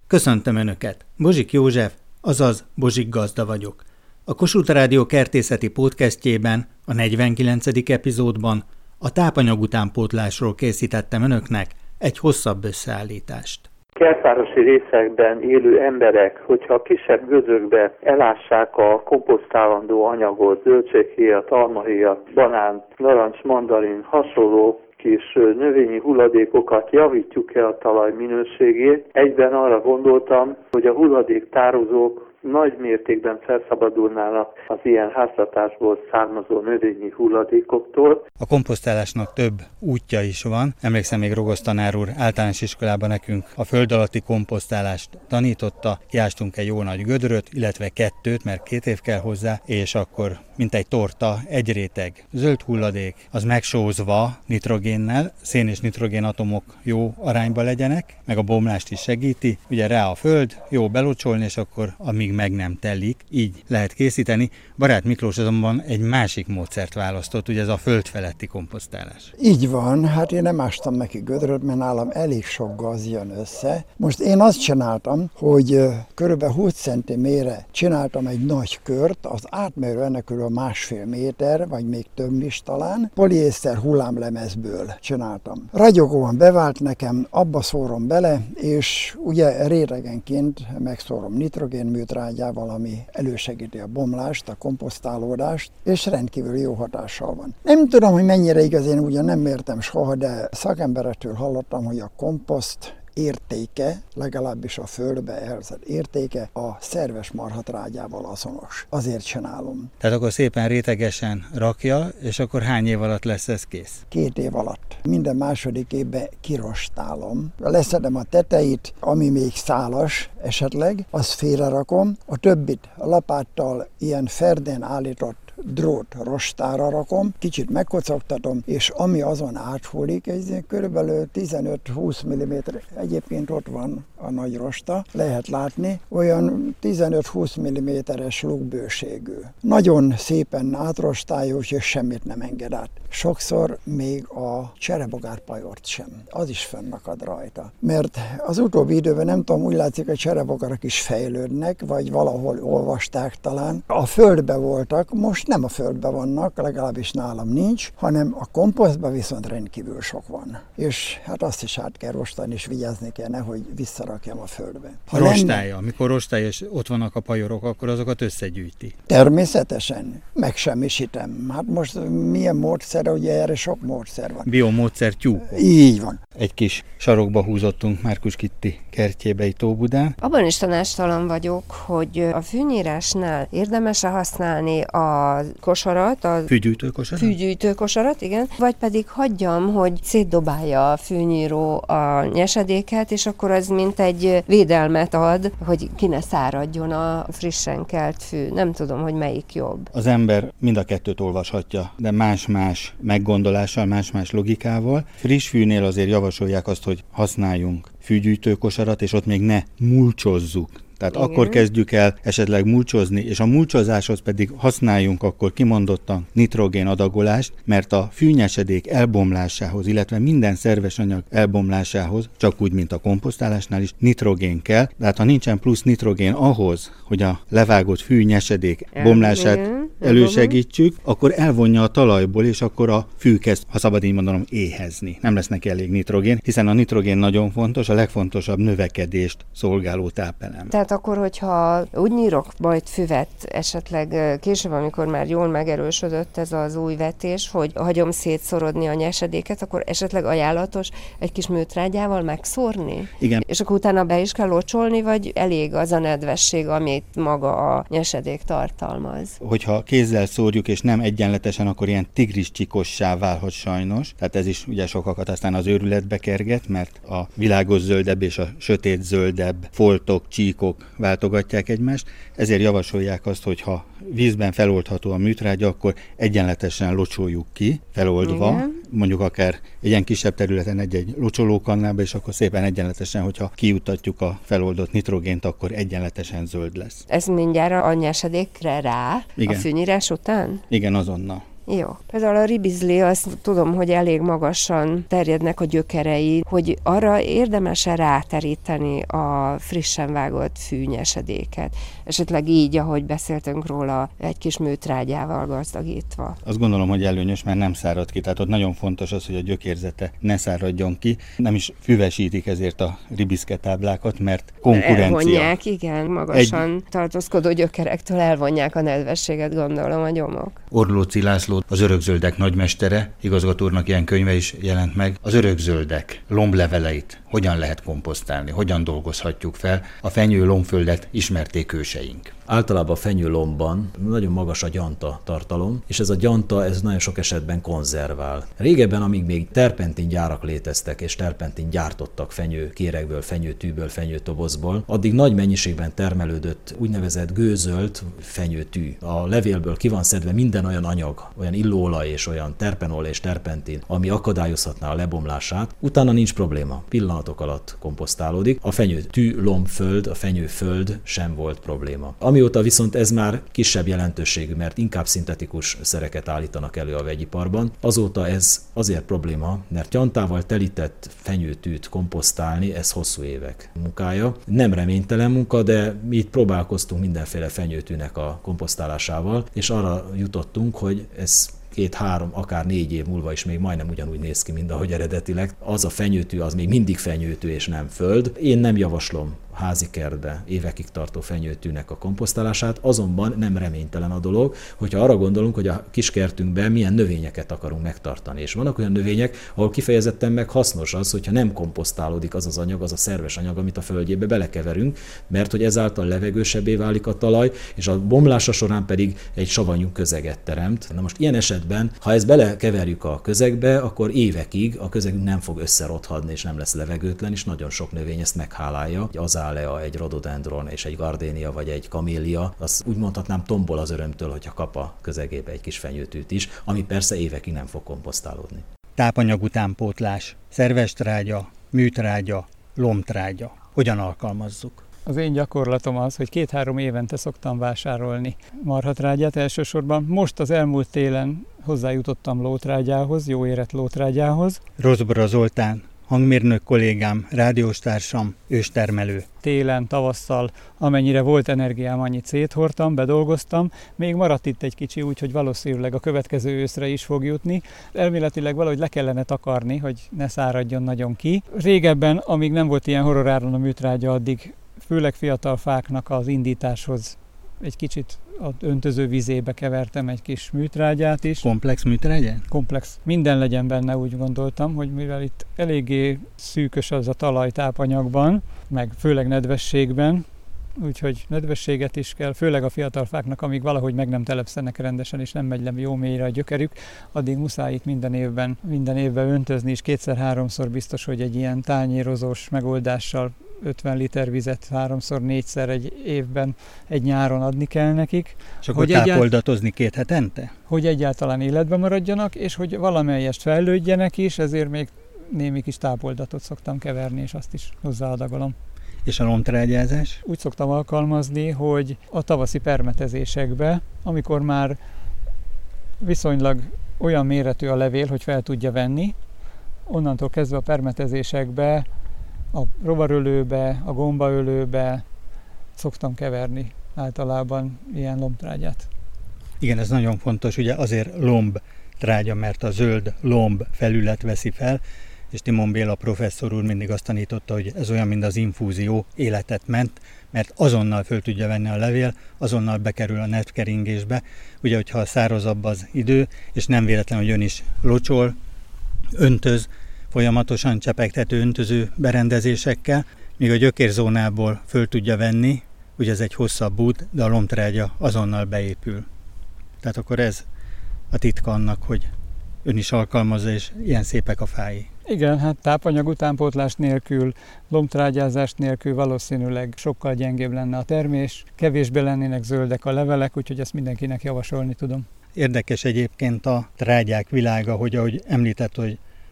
Köszöntöm Önöket! Bozsik József, azaz Bozsik Gazda vagyok. A Kossuth Rádió kertészeti podcastjében, a 49. epizódban a tápanyag utánpótlásról készítettem Önöknek egy hosszabb összeállítást. Kertvárosi részekben élő emberek, hogyha kisebb gözökbe elássák a komposztálandó anyagot, zöldséghéjat, almahéjat, banánt, narancs, mandarin, hasonló kis növényi hulladékokat, javítjuk-e a talaj minőségét. Egyben arra gondoltam, hogy a hulladéktározók nagy mértékben felszabadulnának az ilyen háztartásból származó növényi hulladékoktól. A komposztálásnak több útja is van. Emlékszem, még Rogosz tanár úr általános iskolában nekünk a föld alatti komposztálást tanította. Kiástunk egy jó nagy gödröt, illetve kettőt, mert 2 év kell hozzá, és akkor mint egy torta, egy réteg zöld hulladék, az megsózva nitrogénnel, szén és nitrogén atomok jó arányba legyenek, meg a bomlást is segíti. Ugye rá a föld, jó belocsolni, és akkor amíg meg nem telik, így lehet készíteni. Barát Miklós azonban egy másik módszert választott, ugye ez a föld feletti komposztálás. Így van, hát én nem ástam neki gödröt, mert nálam elég sok gaz jön össze. Most én azt csináltam, hogy körülbelül 20 cm-re csináltam egy nagy kört, az átmérő ennek körül 1,5 méter, vagy még több is talán, poliészter hullámlemezből csináltam. Ragyogóan bevált nekem, abba szórom bele, és ugye rétegenként megszórom nitrogénműtrágyával, ami elősegíti a bomlást, a komposztálódást, és rendkívül jó hatással van. Nem tudom, hogy mennyire igaz, én ugyan nem értem soha, de szakemberektől hallottam, hogy a komposzt értéke, legalábbis a földbe elhelyezett értéke a szerves marhatrágyával azonos. Azért csinálom. Tehát akkor szépen rétegesen rakja, és akkor hány év alatt lesz ez kész? 2 év alatt. Minden második évben kirostálom. Leszedem a tetejét, ami még szálas esetleg, azt félrerakom, a többit lapáttal ilyen ferdén állított drót rostára rakom, kicsit megkocogtatom, és ami azon átfúlik, ez körülbelül 15-20 mm, egyébként ott van a nagy rosta, lehet látni, olyan 15-20 mm-es lugbőségű. Nagyon szépen átrostáljuk, és semmit nem enged át. Sokszor még a cserebogárpajort sem. Az is fönnakad rajta. Mert az utóbbi időben nem tudom, úgy látszik, hogy a cserebogarak is fejlődnek, vagy valahol olvasták talán. A földbe voltak, most nem a földbe vannak, legalábbis nálam nincs, hanem a komposztban viszont rendkívül sok van. És hát azt is át kell rostálni, és vigyázni kell, nehogy visszarakjam a földbe. Rostálja, amikor rostálja, és ott vannak a pajorok, akkor azokat összegyűjti. Természetesen, megsemmisítem. Hát most milyen módszer, ugye erre sok módszer van. Biomódszer tyúkok. Így van. Egy kis sarokba húzottunk Márkus Kitti kertjébe itt Óbudán. Abban is tanácstalan vagyok, hogy a fűnyírásnál érdemes-e használni a kosarat, a fűgyűjtőkosarat, igen, vagy pedig hagyjam, hogy szétdobálja a fűnyíró a nyesedéket, és akkor az mint egy védelmet ad, hogy ki ne száradjon a frissen kelt fű. Nem tudom, hogy melyik jobb. Az ember mind a kettőt olvashatja, de más-más meggondolással, más-más logikával. Friss fűnél azért javasolják azt, hogy használjunk fűgyűjtőkosarat, és ott még ne mulcsozzuk. Tehát igen. Akkor kezdjük el esetleg mulcsozni, és a mulcsozáshoz pedig használjunk akkor kimondottan nitrogén adagolást, mert a fűnyesedék elbomlásához, illetve minden szerves anyag elbomlásához, csak úgy, mint a komposztálásnál is, nitrogén kell. Tehát ha nincsen plusz nitrogén ahhoz, hogy a levágott fűnyesedék bomlását elősegítsük, akkor elvonja a talajból, és akkor a fű kezd, ha szabad így mondanom, éhezni. Nem lesz neki elég nitrogén, hiszen a nitrogén nagyon fontos, a legfontosabb növekedést szolgáló tápelem. Tehát akkor, hogyha úgy nyírok majd füvet esetleg később, amikor már jól megerősödött ez az új vetés, hogy hagyom szétszorodni a nyesedéket, akkor esetleg ajánlatos egy kis műtrágyával megszórni? Igen. És akkor utána be is kell locsolni, vagy elég az a nedvesség, amit maga a nyesedék tartalmaz? Hogyha kézzel szórjuk, és nem egyenletesen, akkor ilyen tigriscsikossá válhat sajnos. Tehát ez is ugye sokakat aztán az őrületbe kerget, mert a világos zöldebb és a sötét zöldebb foltok, csíkok váltogatják egymást, ezért javasolják azt, hogy ha vízben feloldható a műtrágya, akkor egyenletesen locsoljuk ki, feloldva, igen. Mondjuk akár egy ilyen kisebb területen egy locsolókannába, és akkor szépen egyenletesen, hogyha kijutatjuk a feloldott nitrogént, akkor egyenletesen zöld lesz. Ez mindjárt a nyesedékre rá, igen. A fűnyírás után? Igen, azonnal. Jó. Például a ribizli, azt tudom, hogy elég magasan terjednek a gyökerei, hogy arra érdemes-e ráteríteni a frissen vágott fűnyesedéket. Esetleg így, ahogy beszéltünk róla, egy kis műtrágyával gazdagítva. Azt gondolom, hogy előnyös, mert nem szárad ki. Tehát ott nagyon fontos az, hogy a gyökérzete ne száradjon ki. Nem is füvesítik ezért a ribizketáblákat, mert konkurencia. Elvonják, igen, magasan tartózkodó gyökerektől elvonják a nedvességet, gondolom, a gyomok. Orlóczy László, az örökzöldek nagymestere, igazgató úrnak ilyen könyve is jelent meg. Az örökzöldek lombleveleit hogyan lehet komposztálni, hogyan dolgozhatjuk fel? A fenyő lombföldet ismerték őseink. Általában a fenyőlombban nagyon magas a gyanta tartalom, és ez a gyanta ez nagyon sok esetben konzervál. Régebben, amíg még terpentin gyárak léteztek, és terpentin gyártottak fenyőkérekből, fenyőtűből, fenyőtobozból, addig nagy mennyiségben termelődött úgynevezett gőzölt fenyőtű. A levélből ki van szedve minden olyan anyag, olyan illóolaj és olyan terpenol és terpentin, ami akadályozhatná a lebomlását. Utána nincs probléma. Pillanatok alatt komposztálódik. A fenyőtű lombföld, a fenyőföld sem volt probléma. Amióta viszont ez már kisebb jelentőségű, mert inkább szintetikus szereket állítanak elő a vegyiparban, azóta ez azért probléma, mert gyantával telített fenyőtűt komposztálni, ez hosszú évek munkája. Nem reménytelen munka, de mi itt próbálkoztunk mindenféle fenyőtűnek a komposztálásával, és arra jutottunk, hogy ez 2-3, akár 4 év múlva is még majdnem ugyanúgy néz ki, mint ahogy eredetileg. Az a fenyőtű, az még mindig fenyőtű és nem föld. Én nem javaslom házi kertbe évekig tartó fenyőtűnek a komposztálását, azonban nem reménytelen a dolog, hogyha arra gondolunk, hogy a kis kertünkben milyen növényeket akarunk megtartani. És vannak olyan növények, ahol kifejezetten meg hasznos az, hogyha nem komposztálódik az az anyag, az a szerves anyag, amit a földjébe belekeverünk, mert hogy ezáltal levegősebbé válik a talaj, és a bomlása során pedig egy savanyú közeget teremt. Na most ilyen esetben, ha ezt belekeverjük a közegbe, akkor évekig a közegünk nem fog összerothadni, és nem lesz levegőtlen, és nagyon sok növény ezt meghálálja. Egy rhododendron és egy gardénia vagy egy kamélia, azt úgy mondhatnám tombol az örömtől, hogyha kap a közegébe egy kis fenyőtűt is, ami persze évekig nem fog komposztálódni. Tápanyag utánpótlás, szerves trágya, műtrágya, lombtrágya. Hogyan alkalmazzuk? Az én gyakorlatom az, hogy 2-3 évente szoktam vásárolni marhatrágyát elsősorban. Most az elmúlt télen hozzájutottam lótrágyához, jó érett lótrágyához. Rozbora Zoltán, hangmérnök kollégám, rádióstársam, őstermelő. Télen, tavasszal, amennyire volt energiám, annyit széthordtam, bedolgoztam. Még maradt itt egy kicsi, úgyhogy valószínűleg a következő őszre is fog jutni. Elméletileg valahogy le kellene takarni, hogy ne száradjon nagyon ki. Régebben, amíg nem volt ilyen horroráron a műtrágya, addig főleg fiatal fáknak az indításhoz egy kicsit az öntöző vizébe kevertem egy kis műtrágyát is. Komplex műtrágyát? Komplex. Minden legyen benne, úgy gondoltam, hogy mivel itt eléggé szűkös az a talaj tápanyagban, meg főleg nedvességben, úgyhogy nedvességet is kell, főleg a fiatal fáknak, amíg valahogy meg nem telepszenek rendesen, és nem megy le jó mélyre a gyökerük, addig muszáj itt minden évben öntözni, és 2-3-szor biztos, hogy egy ilyen tányérozós megoldással 50 liter vizet 3-4-szer egy évben, egy nyáron adni kell nekik. És akkor tápoldatozni 2 hetente? Hogy egyáltalán életben maradjanak, és hogy valamelyest fejlődjenek is, ezért még némi kis tápoldatot szoktam keverni, és azt is hozzáadagolom. És a lombtrágyázás? Úgy szoktam alkalmazni, hogy a tavaszi permetezésekbe, amikor már viszonylag olyan méretű a levél, hogy fel tudja venni, onnantól kezdve a permetezésekbe, a rovarölőbe, a gombaölőbe szoktam keverni általában ilyen lombtrágyát. Igen, ez nagyon fontos, ugye azért lombtrágya, mert a zöld lomb felület veszi fel, és Timon Béla professzor úr mindig azt tanította, hogy ez olyan, mint az infúzió, életet ment, mert azonnal föl tudja venni a levél, azonnal bekerül a netkeringésbe. Ugye, hogyha szárazabb az idő, és nem véletlen, hogy ön is locsol, öntöz, folyamatosan csepegtető öntöző berendezésekkel, míg a gyökérzónából föl tudja venni, ugye ez egy hosszabb út, de a lombtrágya azonnal beépül. Tehát akkor ez a titka annak, hogy ön is alkalmazza, és ilyen szépek a fái. Igen, hát tápanyag utánpótlás nélkül, lombtrágyázás nélkül valószínűleg sokkal gyengébb lenne a termés, kevésbé lennének zöldek a levelek, úgyhogy ezt mindenkinek javasolni tudom. Érdekes egyébként a trágyák világa, hogy ahogy említett, hogy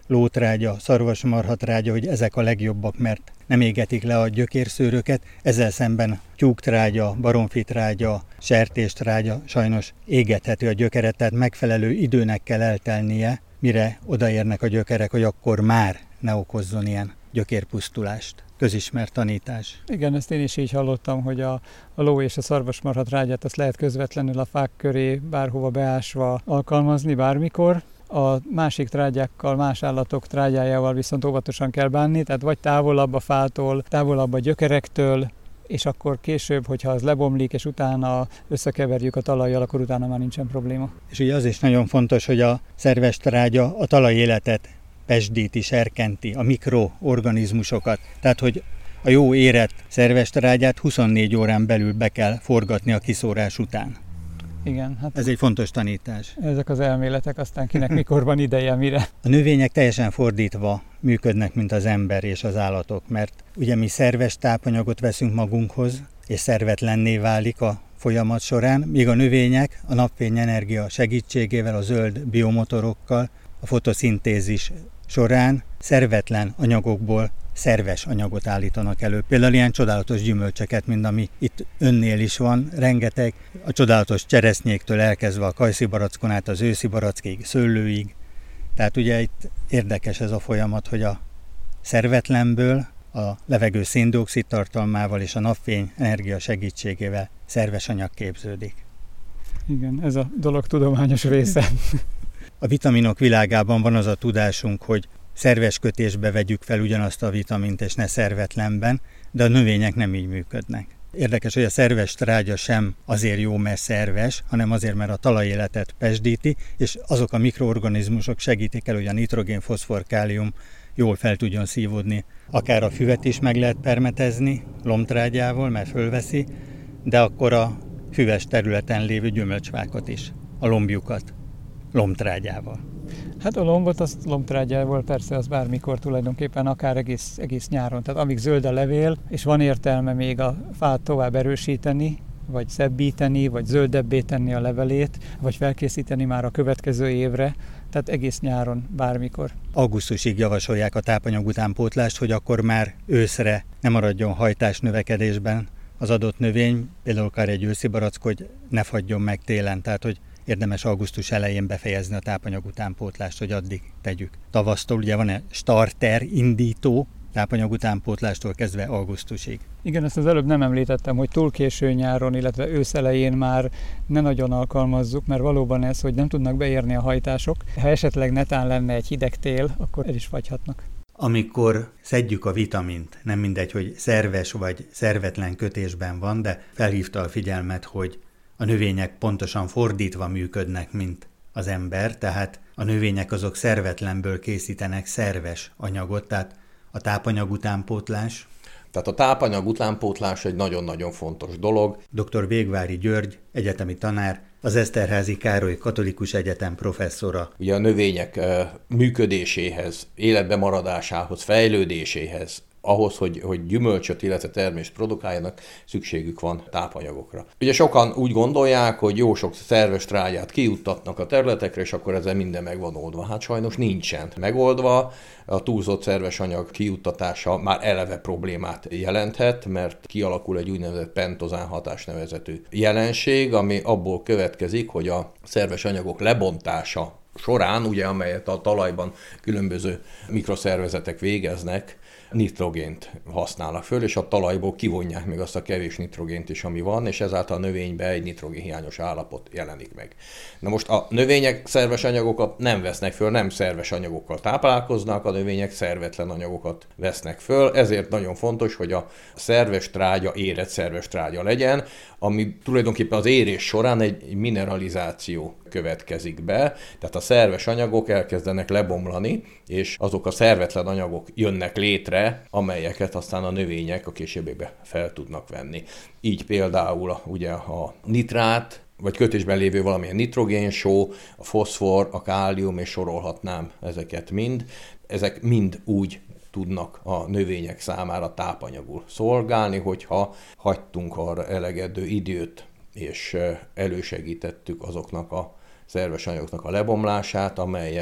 lótrágya, szarvasmarhatrágya, hogy ezek a legjobbak, mert nem égetik le a gyökérszőröket, ezzel szemben tyúktrágya, baromfitrágya, sertéstrágya sajnos égethető a gyökeret, tehát megfelelő időnek kell eltelnie, mire odaérnek a gyökerek, hogy akkor már ne okozzon ilyen gyökérpusztulást. Közismert tanítás. Igen, ezt én is így hallottam, hogy a ló és a szarvasmarhatrágyát azt lehet közvetlenül a fák köré bárhova beásva alkalmazni bármikor. A másik trágyákkal, más állatok trágyájával viszont óvatosan kell bánni, tehát vagy távolabb a fától, távolabb a gyökerektől, és akkor később, hogyha az lebomlik, és utána összekeverjük a talajjal, akkor utána már nincsen probléma. És ugye az is nagyon fontos, hogy a szerves trágya a talajéletet pesdíti, serkenti, a mikroorganizmusokat. Tehát, hogy a jó érett szerves trágyát 24 órán belül be kell forgatni a kiszórás után. Igen, hát ez egy fontos tanítás. Ezek az elméletek, aztán kinek mikor van ideje, mire. A növények teljesen fordítva működnek, mint az ember és az állatok, mert ugye mi szerves tápanyagot veszünk magunkhoz, és szervetlenné válik a folyamat során, míg a növények a napfényenergia segítségével, a zöld biomotorokkal, a fotoszintézis során szervetlen anyagokból szerves anyagot állítanak elő. Például ilyen csodálatos gyümölcseket, mint ami itt önnél is van, rengeteg, a csodálatos cseresznyéktől elkezdve a kajszibarackon át az őszibarackig, szőlőig. Tehát ugye itt érdekes ez a folyamat, hogy a szervetlenből a levegő szén-dioxid tartalmával és a napfény energia segítségével szerves anyag képződik. Igen, ez a dolog tudományos része. A vitaminok világában van az a tudásunk, hogy szerves kötésbe vegyük fel ugyanazt a vitamint, és ne szervetlenben, de a növények nem így működnek. Érdekes, hogy a szerves trágya sem azért jó, mert szerves, hanem azért, mert a talajéletet pesdíti, és azok a mikroorganizmusok segítik el, hogy a nitrogén, foszfor, kálium jól fel tudjon szívódni. Akár a füvet is meg lehet permetezni lombtrágyával, mert fölveszi, de akkor a füves területen lévő gyümölcsfákat is, a lombjukat lombtrágyával. Hát a lombot azt lombtrágyával persze az bármikor tulajdonképpen, akár egész nyáron. Tehát amíg zöld a levél, és van értelme még a fát tovább erősíteni, vagy szebbíteni, vagy zöldebbé tenni a levelét, vagy felkészíteni már a következő évre, tehát egész nyáron, bármikor. Augusztusig javasolják a tápanyag utánpótlást, hogy akkor már őszre ne maradjon hajtás növekedésben az adott növény, például akár egy őszi barack, hogy ne fagyjon meg télen, tehát hogy érdemes augusztus elején befejezni a tápanyag utánpótlást, hogy addig tegyük. Tavasztól ugye van egy starter, indító tápanyag utánpótlástól kezdve augusztusig. Igen, ezt az előbb nem említettem, hogy túl késő nyáron, illetve ősz elején már ne nagyon alkalmazzuk, mert valóban ez, hogy nem tudnak beérni a hajtások. Ha esetleg netán lenne egy hideg tél, akkor el is fagyhatnak. Amikor szedjük a vitamint, nem mindegy, hogy szerves vagy szervetlen kötésben van, de felhívta a figyelmet, hogy a növények pontosan fordítva működnek, mint az ember, tehát a növények azok szervetlenből készítenek szerves anyagot, tehát a tápanyag utánpótlás. Tehát a tápanyag utánpótlás egy nagyon-nagyon fontos dolog. Dr. Végvári György, egyetemi tanár, az Eszterházy Károly Katolikus Egyetem professzora. Ugye a növények működéséhez, életbe maradásához, fejlődéséhez, ahhoz, hogy gyümölcsöt, illetve termést produkáljanak, szükségük van tápanyagokra. Ugye sokan úgy gondolják, hogy jó sok szerves trágyát kijuttatnak a területekre, és akkor ezzel minden meg van oldva. Hát sajnos nincsen megoldva. A túlzott szerves anyag kijuttatása már eleve problémát jelenthet, mert kialakul egy úgynevezett pentozán hatás nevezetű jelenség, ami abból következik, hogy a szerves anyagok lebontása során, ugye, amelyet a talajban különböző mikroszervezetek végeznek, nitrogént használnak föl, és a talajból kivonják még azt a kevés nitrogént is, ami van, és ezáltal a növénybe egy nitrogénhiányos állapot jelenik meg. Na most a növények szerves anyagokat nem vesznek föl, nem szerves anyagokkal táplálkoznak, a növények szervetlen anyagokat vesznek föl, ezért nagyon fontos, hogy a szerves trágya érett szerves trágya legyen, ami tulajdonképpen az érés során egy mineralizáció következik be, tehát a szerves anyagok elkezdenek lebomlani, és azok a szervetlen anyagok jönnek létre, amelyeket aztán a növények a későbbiekben fel tudnak venni. Így például ugye a nitrát, vagy kötésben lévő valamilyen nitrogénsó, a foszfor, a kálium, és sorolhatnám ezeket mind. Ezek mind úgy tudnak a növények számára tápanyagul szolgálni, hogyha hagytunk arra elegedő időt, és elősegítettük azoknak a szerves anyagoknak a lebomlását, amelyek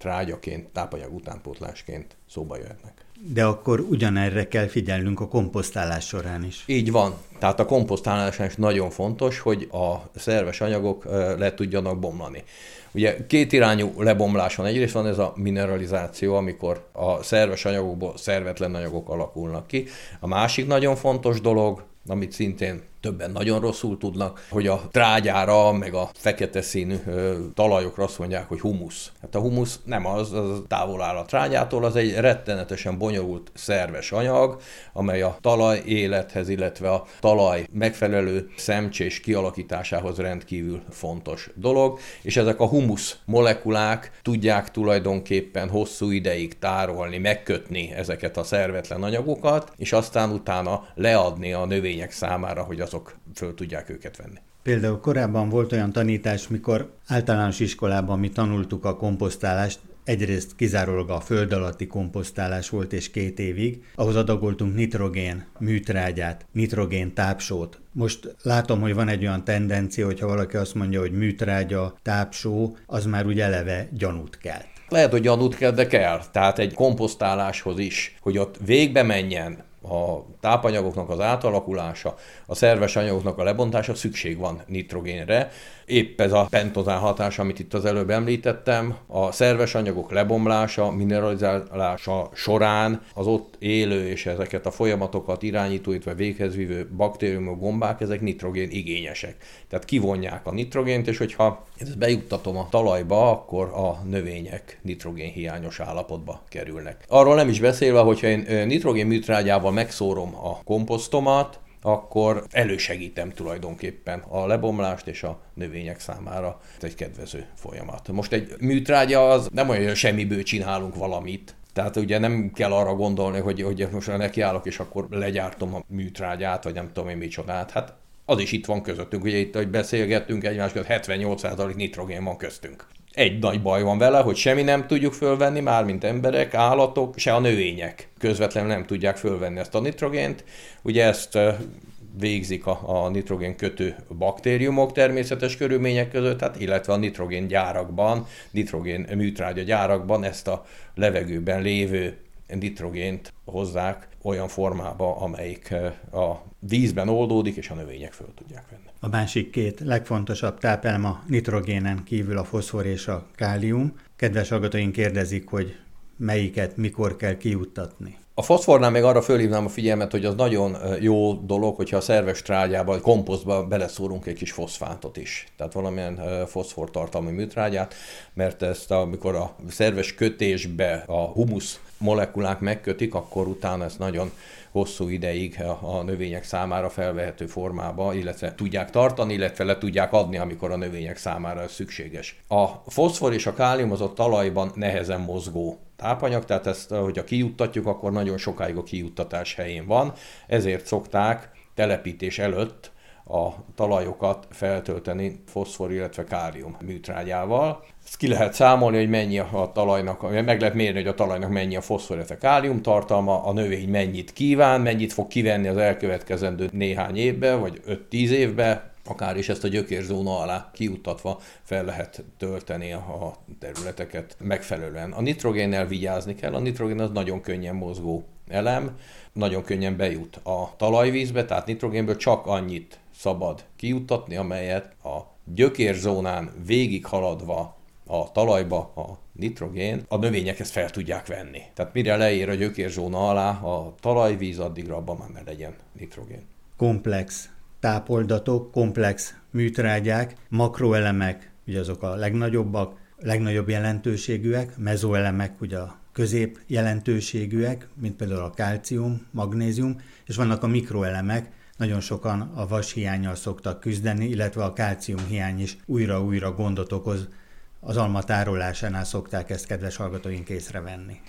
trágyaként, tápanyag utánpótlásként szóba jöhetnek. De akkor ugyanerre kell figyelnünk a komposztálás során is. Így van. Tehát a komposztálásán is nagyon fontos, hogy a szerves anyagok le tudjanak bomlani. Ugye kétirányú lebomlás van. Egyrészt van ez a mineralizáció, amikor a szerves anyagokból szervetlen anyagok alakulnak ki. A másik nagyon fontos dolog, amit szintén többen nagyon rosszul tudnak, hogy a trágyára, meg a fekete színű talajokra azt mondják, hogy humusz. Hát a humusz nem az távol áll a trágyától, az egy rettenetesen bonyolult szerves anyag, amely a talaj élethez, illetve a talaj megfelelő szemcsés kialakításához rendkívül fontos dolog, és ezek a humusz molekulák tudják tulajdonképpen hosszú ideig tárolni, megkötni ezeket a szervetlen anyagokat, és aztán utána leadni a növények számára, hogy azok föl tudják őket venni. Például korábban volt olyan tanítás, mikor általános iskolában mi tanultuk a komposztálást, egyrészt kizárólag a föld alatti komposztálás volt, és 2 évig. Ahhoz adagoltunk nitrogén műtrágyát, nitrogén tápsót. Most látom, hogy van egy olyan tendencia, hogyha valaki azt mondja, hogy műtrágya, tápsó, az már úgy eleve gyanút kelt. Lehet, hogy gyanút kell, de kell. Tehát egy komposztáláshoz is, hogy ott végbe menjen a tápanyagoknak az átalakulása, a szerves anyagoknak a lebontása, szükség van nitrogénre. Épp ez a pentozán hatás, amit itt az előbb említettem, a szerves anyagok lebomlása, mineralizálása során az ott élő és ezeket a folyamatokat irányító, illetve véghez vívő baktériumok, gombák, ezek nitrogén igényesek. Tehát kivonják a nitrogént, és hogyha ezt bejuttatom a talajba, akkor a növények nitrogén hiányos állapotba kerülnek. Arról nem is beszélve, hogyha én nitrogén műtrágyával megszórom a komposztomat, akkor elősegítem tulajdonképpen a lebomlást, és a növények számára ez egy kedvező folyamat. Most egy műtrágya az nem olyan, hogy semmiből csinálunk valamit. Tehát ugye nem kell arra gondolni, hogy most nekiállok, és akkor legyártom a műtrágyát, vagy nem tudom én micsodát. Hát az is itt van közöttünk. Ugye itt, hogy beszélgettünk egymás között, 78% nitrogén van köztünk. Egy nagy baj van vele, hogy semmi nem tudjuk fölvenni, mármint emberek, állatok, se a növények közvetlenül nem tudják fölvenni ezt a nitrogént. Ugye ezt végzik a nitrogén kötő baktériumok természetes körülmények között, hát, illetve a nitrogén gyárakban, nitrogén műtrágya gyárakban ezt a levegőben lévő nitrogént hozzák olyan formába, amelyik a vízben oldódik, és a növények föl tudják venni. A másik 2 legfontosabb tápelem a nitrogénen kívül a foszfor és a kálium. Kedves hallgatóink kérdezik, hogy melyiket mikor kell kijuttatni. A foszfornál még arra fölhívnám a figyelmet, hogy az nagyon jó dolog, hogyha a szerves trágyába, vagy komposztba beleszórunk egy kis foszfátot is. Tehát valamilyen foszfortartalmú műtrágyát, mert ezt amikor a szerves kötésbe a humusz molekulák megkötik, akkor utána ezt nagyon hosszú ideig a növények számára felvehető formába, illetve tudják tartani, illetve le tudják adni, amikor a növények számára ez szükséges. A foszfor és a kálium az a talajban nehezen mozgó tápanyag, tehát ezt, hogyha kijuttatjuk, akkor nagyon sokáig a kijuttatás helyén van, ezért szokták telepítés előtt a talajokat feltölteni foszfor, illetve kálium műtrágyával. Ezt ki lehet számolni, hogy mennyi a talajnak, meg lehet mérni, hogy a talajnak mennyi a foszfor, illetve kálium tartalma, a növény mennyit kíván, mennyit fog kivenni az elkövetkezendő néhány évben, vagy 5-10 évben, akár is ezt a gyökérzóna alá kijuttatva fel lehet tölteni a területeket megfelelően. A nitrogénnel vigyázni kell, a nitrogén az nagyon könnyen mozgó elem, nagyon könnyen bejut a talajvízbe, tehát nitrogénből csak annyit szabad kijuttatni, amelyet a gyökérzónán végighaladva a talajba a nitrogén, a növények ezt fel tudják venni. Tehát mire leér a gyökérzóna alá a talajvíz, addigra abban már ne legyen nitrogén. Komplex tápoldatok, komplex műtrágyák, makroelemek, ugye azok a legnagyobbak, legnagyobb jelentőségűek, mezoelemek, ugye a közép jelentőségűek, mint például a kalcium, magnézium, és vannak a mikroelemek, nagyon sokan a vashiánnyal szoktak küzdeni, illetve a kalcium hiány is újra-újra gondot okoz. Az alma tárolásánál szokták ezt, kedves hallgatóink, észrevenni.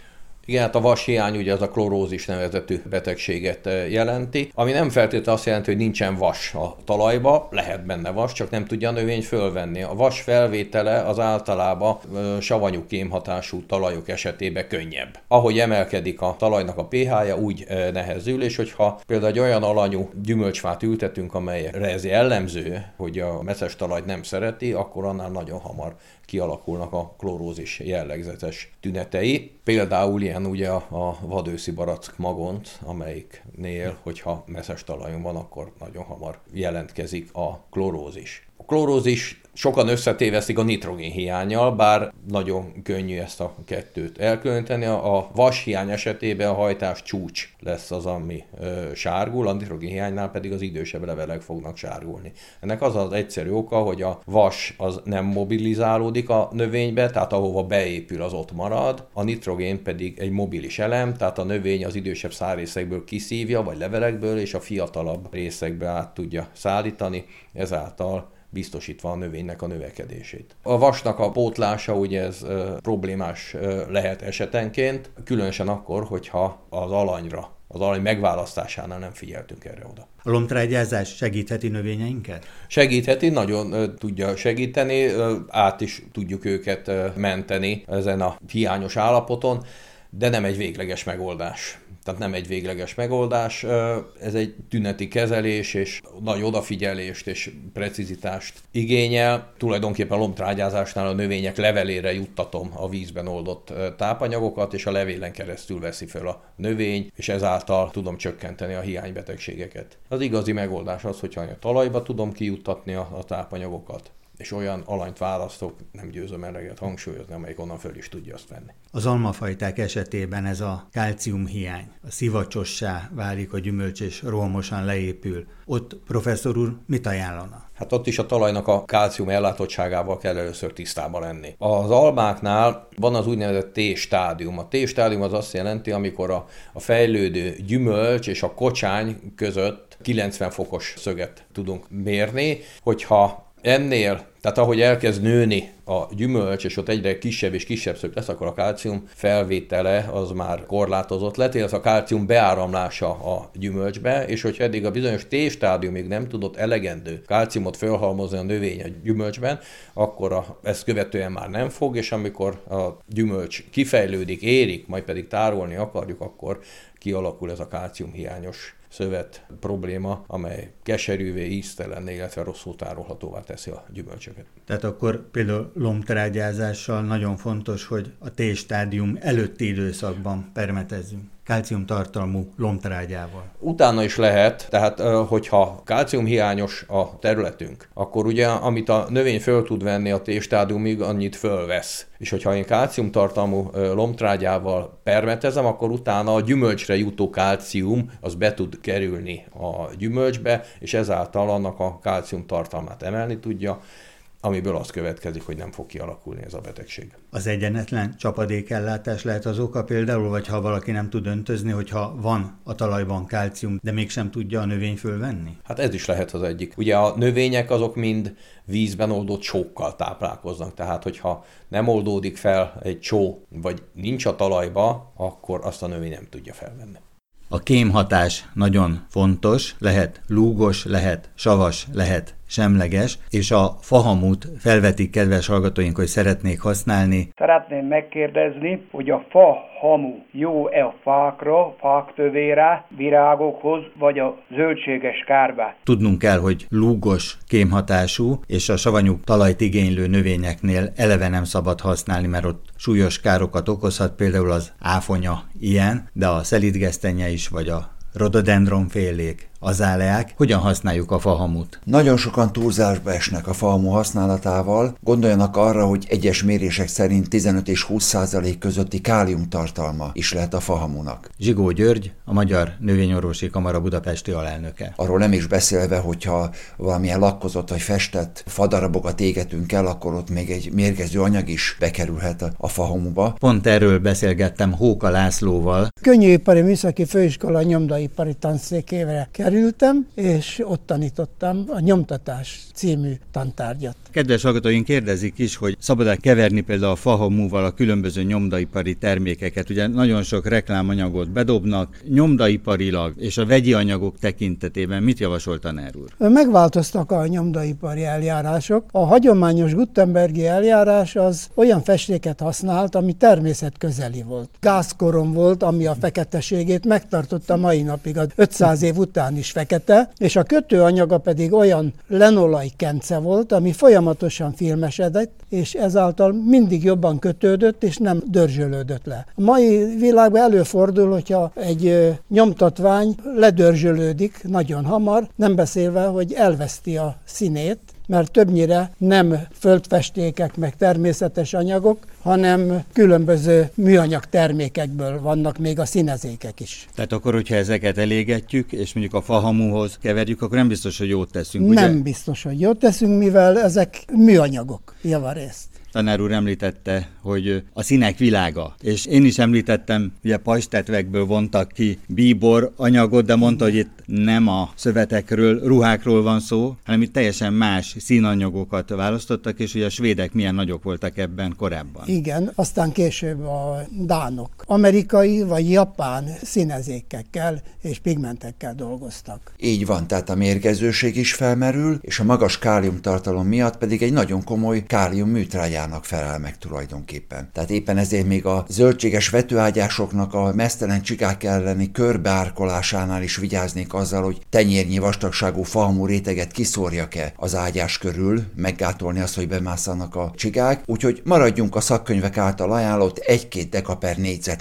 Igen, hát a vashiány ugye az a klorózis nevezetű betegséget jelenti, ami nem feltétlenül azt jelenti, hogy nincsen vas a talajba, lehet benne vas, csak nem tudja a növény fölvenni. A vas felvétele az általában savanyú kémhatású talajok esetében könnyebb. Ahogy emelkedik a talajnak a pH-ja, úgy nehezül, és hogyha például egy olyan alanyú gyümölcsfát ültetünk, amelyre ez jellemző, hogy a meszes talajt nem szereti, akkor annál nagyon hamar kialakulnak a klorózis jellegzetes tünetei. Például ilyen ugye a vadőszi barack magont, amelyiknél, hogyha meszes talajon van, akkor nagyon hamar jelentkezik a klorózis. A klorózis sokan összetévesztik a nitrogén hiánnyal, bár nagyon könnyű ezt a kettőt elkülöníteni. A vas hiány esetében a hajtás csúcs lesz az, ami sárgul, a nitrogén hiánynál pedig az idősebb levelek fognak sárgulni. Ennek az az egyszerű oka, hogy a vas az nem mobilizálódik a növénybe, tehát ahova beépül, az ott marad, a nitrogén pedig egy mobilis elem, tehát a növény az idősebb szárrészekből kiszívja, vagy levelekből, és a fiatalabb részekbe át tudja szállítani, ezáltal biztosítva a növénynek a növekedését. A vasnak a pótlása ugye ez problémás lehet esetenként, különösen akkor, hogyha az alany megválasztásánál nem figyeltünk erre oda. A lombtrágyázás segítheti növényeinket? Segítheti, nagyon tudja segíteni, át is tudjuk őket menteni ezen a hiányos állapoton, de nem egy végleges megoldás. Tehát nem egy végleges megoldás, ez egy tüneti kezelés, és nagy odafigyelést és precizitást igényel. Tulajdonképpen a lombtrágyázásnál a növények levelére juttatom a vízben oldott tápanyagokat, és a levélen keresztül veszi fel a növény, és ezáltal tudom csökkenteni a hiánybetegségeket. Az igazi megoldás az, hogyha a talajba tudom kijuttatni a tápanyagokat, és olyan alanyt választok, nem győzöm eleget hangsúlyozni, amelyik onnan föl is tudja azt venni. Az almafajták esetében ez a kálciumhiány, a szivacsossá válik a gyümölcs és rohamosan leépül. Ott professzor úr mit ajánlana? Hát ott is a talajnak a kálcium ellátottságával kell először tisztában lenni. Az almáknál van az úgynevezett T-stádium. A T-stádium az azt jelenti, amikor a fejlődő gyümölcs és a kocsány között 90 fokos szöget tudunk mérni, hogyha ennél, tehát ahogy elkezd nőni a gyümölcs, és ott egyre kisebb és kisebb szög lesz, akkor a kálcium felvétele az már korlátozott lett, illetve a kálcium beáramlása a gyümölcsbe, és hogyha eddig a bizonyos T-stádiumig nem tudott elegendő kálciumot felhalmozni a növény a gyümölcsben, akkor ezt követően már nem fog, és amikor a gyümölcs kifejlődik, érik, majd pedig tárolni akarjuk, akkor kialakul ez a kálciumhiányos szövet probléma, amely keserűvé, íztelenné, illetve rosszul tárolhatóvá teszi a gyümölcsöket. Tehát akkor például lombtrágyázással nagyon fontos, hogy a T-stádium előtti időszakban permetezzünk kálciumtartalmú lombtrágyával. Utána is lehet, tehát hogyha kálciumhiányos a területünk, akkor ugye amit a növény föl tud venni a T-stádiumig, annyit fölvesz. És hogyha én kálciumtartalmú lombtrágyával permetezem, akkor utána a gyümölcsre jutó kálcium az be tud kerülni a gyümölcsbe, és ezáltal annak a kálciumtartalmát emelni tudja, amiből az következik, hogy nem fog kialakulni ez a betegség. Az egyenetlen csapadékellátás lehet az oka például, vagy ha valaki nem tud öntözni, hogyha van a talajban kálcium, de mégsem tudja a növény fölvenni? Hát ez is lehet az egyik. Ugye a növények azok mind vízben oldott csókkal táplálkoznak, tehát hogyha nem oldódik fel egy csó, vagy nincs a talajba, akkor azt a növény nem tudja felvenni. A kémhatás nagyon fontos, lehet lúgos, lehet savas, lehet semleges, és a fahamut felvetik kedves hallgatóink, hogy szeretnék használni. Szeretném megkérdezni, hogy a fahamu jó-e a fákra, fáktövére, virágokhoz, vagy a zöldséges kárba? Tudnunk kell, hogy lúgos kémhatású, és a savanyú talajt igénylő növényeknél eleve nem szabad használni, mert ott súlyos károkat okozhat, például az áfonya ilyen, de a szelídgesztenye is, vagy a rododendronfélék, azáleák. Hogyan használjuk a fahamut? Nagyon sokan túlzásba esnek a fahamu használatával. Gondoljanak arra, hogy egyes mérések szerint 15 és 20% közötti káliumtartalma is lehet a fahamunak. Zsigó György, a Magyar Növényorvosi Kamara budapesti alelnöke. Arról nem is beszélve, hogyha valamilyen lakkozott vagy festett fadarabokat égetünk el, akkor ott még egy mérgező anyag is bekerülhet a fahamuba. Pont erről beszélgettem Hóka Lászlóval. Könnyűipari Műszaki Főiskola nyomdaipari tanszékével kerültem, és ott tanítottam a nyomtatás című tantárgyat. Kedves hallgatóink kérdezik is, hogy szabad-e keverni például a fahamúval a különböző nyomdaipari termékeket. Ugye nagyon sok reklámanyagot bedobnak, nyomdaiparilag és a vegyi anyagok tekintetében mit javasol tanár úr? Megváltoztak a nyomdaipari eljárások. A hagyományos gutenbergi eljárás az olyan festéket használt, ami természetközeli volt. Gázkorom volt, ami a feketeségét megtartotta mai napig, 500 év után is fekete, és a kötőanyaga pedig olyan lenolajkence volt, ami folyamatosan filmesedett, és ezáltal mindig jobban kötődött, és nem dörzsölődött le. A mai világban előfordul, hogyha egy nyomtatvány ledörzsölődik nagyon hamar, nem beszélve, hogy elveszti a színét, mert többnyire nem földfestékek meg természetes anyagok, hanem különböző műanyag termékekből vannak még a színezékek is. Tehát akkor, hogyha ezeket elégetjük, és mondjuk a fahamúhoz keverjük, akkor nem biztos, hogy jót teszünk, ugye? Nem biztos, hogy jót teszünk, mivel ezek műanyagok javarészt. Tanár úr említette, hogy a színek világa, és én is említettem, ugye pastetvekből vontak ki bíbor anyagot, de mondta, hogy itt nem a szövetekről, ruhákról van szó, hanem itt teljesen más színanyagokat választottak, és ugye a svédek milyen nagyok voltak ebben korábban. Igen, aztán később a dánok amerikai vagy japán színezékekkel és pigmentekkel dolgoztak. Így van, tehát a mérgezőség is felmerül, és a magas káliumtartalom miatt pedig egy nagyon komoly kálium műtrágyának felel meg tulajdonképpen. Tehát éppen ezért még a zöldséges vetőágyásoknak a meztelen csigák elleni körbeárkolásánál is vigyáznék azzal, hogy tenyérnyi vastagságú fahamú réteget kiszórjak-e az ágyás körül, meggátolni azt, hogy bemászanak a csigák, úgyhogy maradjunk a szakkönyvek által ajánlott 1-2 deka/négyzetméteres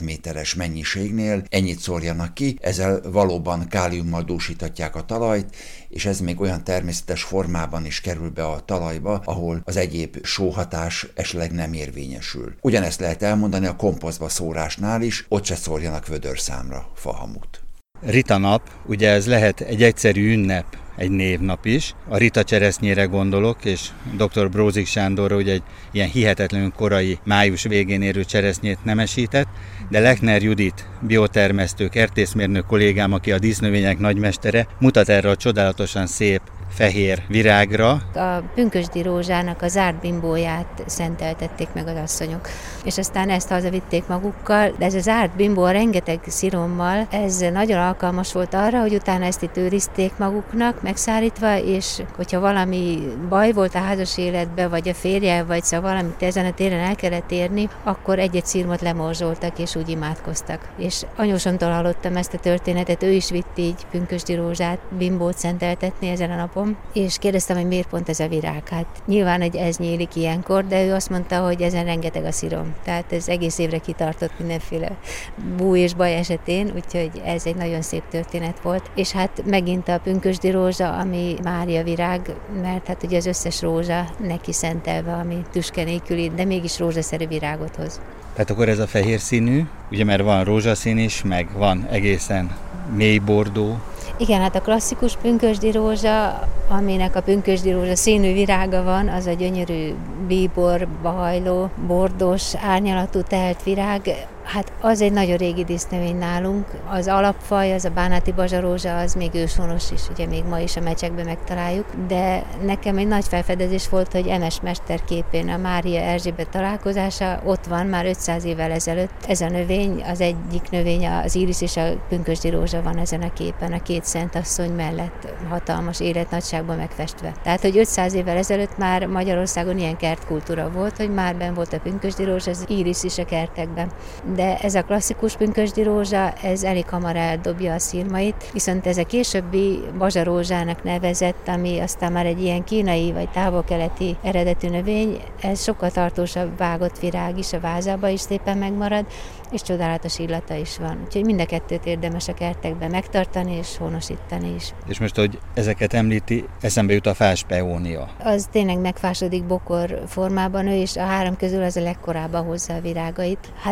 mennyiségnél, ennyit szórjanak ki, ezzel valóban káliummal dúsítatják a talajt, és ez még olyan természetes formában is kerül be a talajba, ahol az egyéb sóhatás esetleg nem érvényesül. Ugyanezt lehet elmondani a komposztba szórásnál is, ott se szórjanak vödörszámra fahamut. Rita nap, ugye ez lehet egy egyszerű ünnep, egy névnap is. A Rita cseresznyére gondolok, és dr. Brózik Sándorra ugye egy ilyen hihetetlenül korai május végén érő cseresznyét nemesített, de Lechner Judit, biotermesztő, kertészmérnök kollégám, aki a dísznövények nagymestere, mutat erre a csodálatosan szép fehér virágra. A pünkösdi rózsának a zárt bimbóját szenteltették meg az asszonyok, és aztán ezt hazavitték magukkal, de ez a zárt bimbó rengeteg szirommal, ez nagyon alkalmas volt arra, hogy utána ezt itt őrizték maguknak, megszárítva, és hogyha valami baj volt a házas életben, vagy a férje, vagy szóval valamit ezen a téren el kellett érni, akkor egy-egy szirmot lemorzsoltak, és úgy imádkoztak. És anyósomtól hallottam ezt a történetet, ő is vitt így pünkösdi rózsát, bimbót szenteltetni ezen a napon, és kérdeztem, hogy miért pont ez a virág. Hát nyilván, hogy ez nyílik ilyenkor, de ő azt mondta, hogy ezen rengeteg a szirom. Tehát ez egész évre kitartott mindenféle bú és baj esetén, úgyhogy ez egy nagyon szép történet volt. És hát megint a pünkösdi rózsa, ami Mária virág, mert hát ugye az összes rózsa neki szentelve, ami tüske nélküli, de mégis rózsaszerű virágot hoz. Tehát akkor ez a fehér színű, ugye mert van rózsaszín is, meg van egészen mély bordó. Igen, hát a klasszikus pünkösdi rózsa, aminek a pünkösdi rózsa színű virága van, az a gyönyörű bíborba hajló, bordós, árnyalatú telt virág. Hát az egy nagyon régi dísznövény nálunk. Az alapfaj, az a bánáti bazsarózsa, az még őshonos is, ugye még ma is a mecsekben megtaláljuk, de nekem egy nagy felfedezés volt, hogy Emes mesterképén a Mária Erzsébet találkozása ott van már 500 évvel ezelőtt. Ez a növény, az egyik növény, az íris és a pünkösdi rózsa van ezen a képen, a két szent asszony mellett hatalmas életnagyságban megfestve. Tehát, hogy 500 évvel ezelőtt már Magyarországon ilyen kertkultúra volt, hogy már benn volt a pünkösdi rózsa, az íris is a kertekben. De ez a klasszikus pünkösdi rózsa, ez elég hamar eldobja a szirmait, viszont ez a későbbi bazsarózsának nevezett, ami aztán már egy ilyen kínai vagy távol-keleti eredetű növény, ez sokkal tartósabb vágott virág is, a vázába is szépen megmarad, és csodálatos illata is van. Úgyhogy mind a kettőt érdemes a kertekben megtartani és honosítani is. És most, hogy ezeket említi, eszembe jut a fáspeónia. Az tényleg megfásodik bokor formában, ő is a három közül az a legkorábban hozza a virágait. Hát annak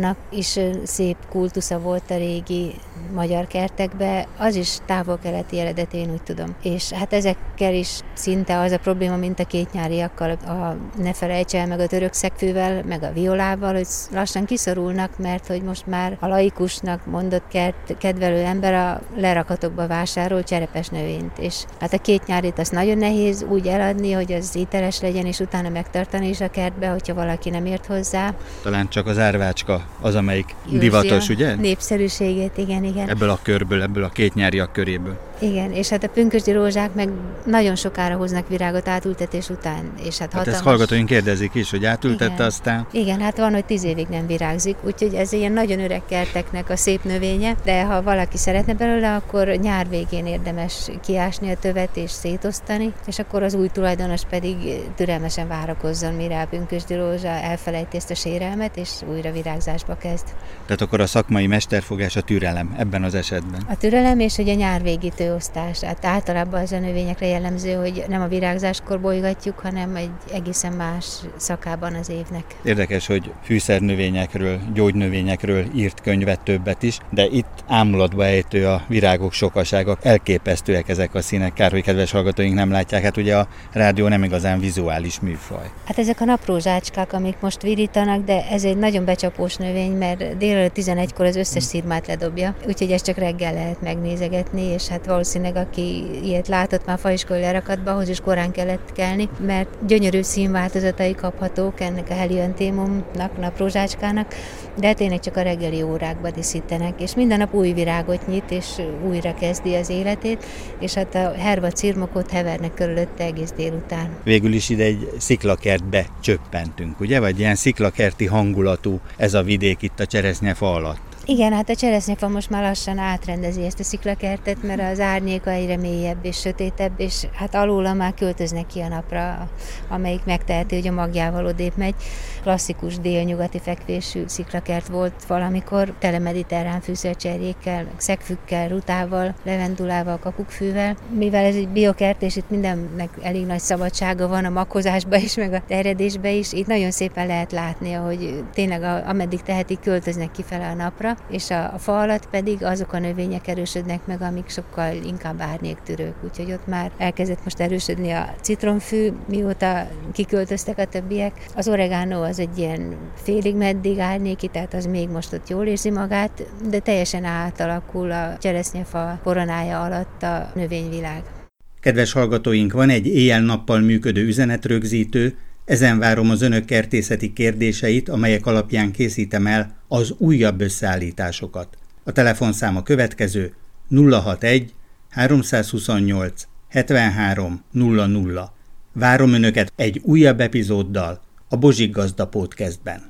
virágnak is szép kultusza volt a régi magyar kertekbe, az is távol-keleti eredetű, én úgy tudom. És hát ezekkel is szinte az a probléma, mint a kétnyáriakkal, ne felejts el, meg a török szegfűvel, meg a violával, hogy lassan kiszorulnak, mert hogy most már a laikusnak mondott kedvelő ember a lerakatokba vásárol cserepes növényt. És hát a kétnyárit azt nagyon nehéz úgy eladni, hogy az ételes legyen, és utána megtartani is a kertbe, hogyha valaki nem ért hozzá. Talán csak az árvácska az, amelyik divatos, ugye? Népszerűségét, igen. Ebből a körből, ebből a kétnyáriak köréből. Igen, és hát a pünkösdi rózsák meg nagyon sokára hoznak virágot átültetés után. És hát hatalmas... ezt hallgatóink kérdezik is, hogy átültette igen. Aztán. Igen, hát van, hogy 10 évig nem virágzik, úgyhogy ez ilyen nagyon öreg kerteknek a szép növénye, de ha valaki szeretne belőle, akkor nyár végén érdemes kiásni a tövet és szétosztani, és akkor az új tulajdonos pedig türelmesen várakozzon, mire a pünkösdi rózsa elfelejti ezt a sérelmet, és újra virágzásba kezd. Tehát akkor a szakmai mesterfogás a türelem ebben az esetben. A türelem és hogy a nyárvégi tőosztás. Hát általában az a növényekre jellemző, hogy nem a virágzáskor bolygatjuk, hanem egy egészen más szakában az évnek. Érdekes, hogy fűszernövényekről, gyógynövényekről írt könyvet többet is, de itt ámulatba ejtő a virágok sokasága. Elképesztőek ezek a színek. Kár, hogy kedves hallgatóink nem látják. Hát ugye a rádió nem igazán vizuális műfaj. Hát ezek a naprózsácskák, amik most virítanak, de ez egy nagyon becsapós növény, mert délelőtt 11-kor az összes szirmát ledobja, úgyhogy ezt csak reggel lehet megnézegetni, és hát valószínűleg aki ilyet látott már faiskolai lerakatban, ahhoz is korán kellett kelni, mert gyönyörű színváltozatai kaphatók ennek a helianthemumnak, naprózsácskának, de tényleg csak a reggeli órákban díszítenek, és minden nap új virágot nyit, és újra kezdi az életét, és hát a hervacirmok ott hevernek körülötte egész délután. Végül is ide egy sziklakertbe csöppentünk, ugye? Vagy ilyen sziklakerti hangulatú ez a vidék itt a Cseresznyefa alatt. Igen, hát a cseresznyefa most már lassan átrendezi ezt a sziklakertet, mert az árnyéka egyre mélyebb és sötétebb, és hát alóla már költöznek ki a napra, amelyik megteheti, hogy a magjával odébb megy. Klasszikus délnyugati fekvésű sziklakert volt valamikor, tele mediterrán fűszercserjékkel, szegfűkkel, rutával, levendulával, kakukkfűvel. Mivel ez egy biokert, és itt mindennek elég nagy szabadsága van a makozásban is, meg a terjedésben is, itt nagyon szépen lehet látni, hogy tényleg ameddig tehetik, költöznek kifele a napra, és a fa alatt pedig azok a növények erősödnek meg, amik sokkal inkább árnyéktűrők. Úgyhogy ott már elkezdett most erősödni a citromfű, mióta kiköltöztek a többiek. Az oregano az egy ilyen félig meddig árnyéki, tehát az még most ott jól érzi magát, de teljesen átalakul a cseresznyefa koronája alatt a növényvilág. Kedves hallgatóink, van egy éjjel-nappal működő üzenetrögzítő, ezen várom az önök kertészeti kérdéseit, amelyek alapján készítem el az újabb összeállításokat. A telefonszám a következő: 061 328 73 00. Várom önöket egy újabb epizóddal a Bozsik Gazda Podcastben.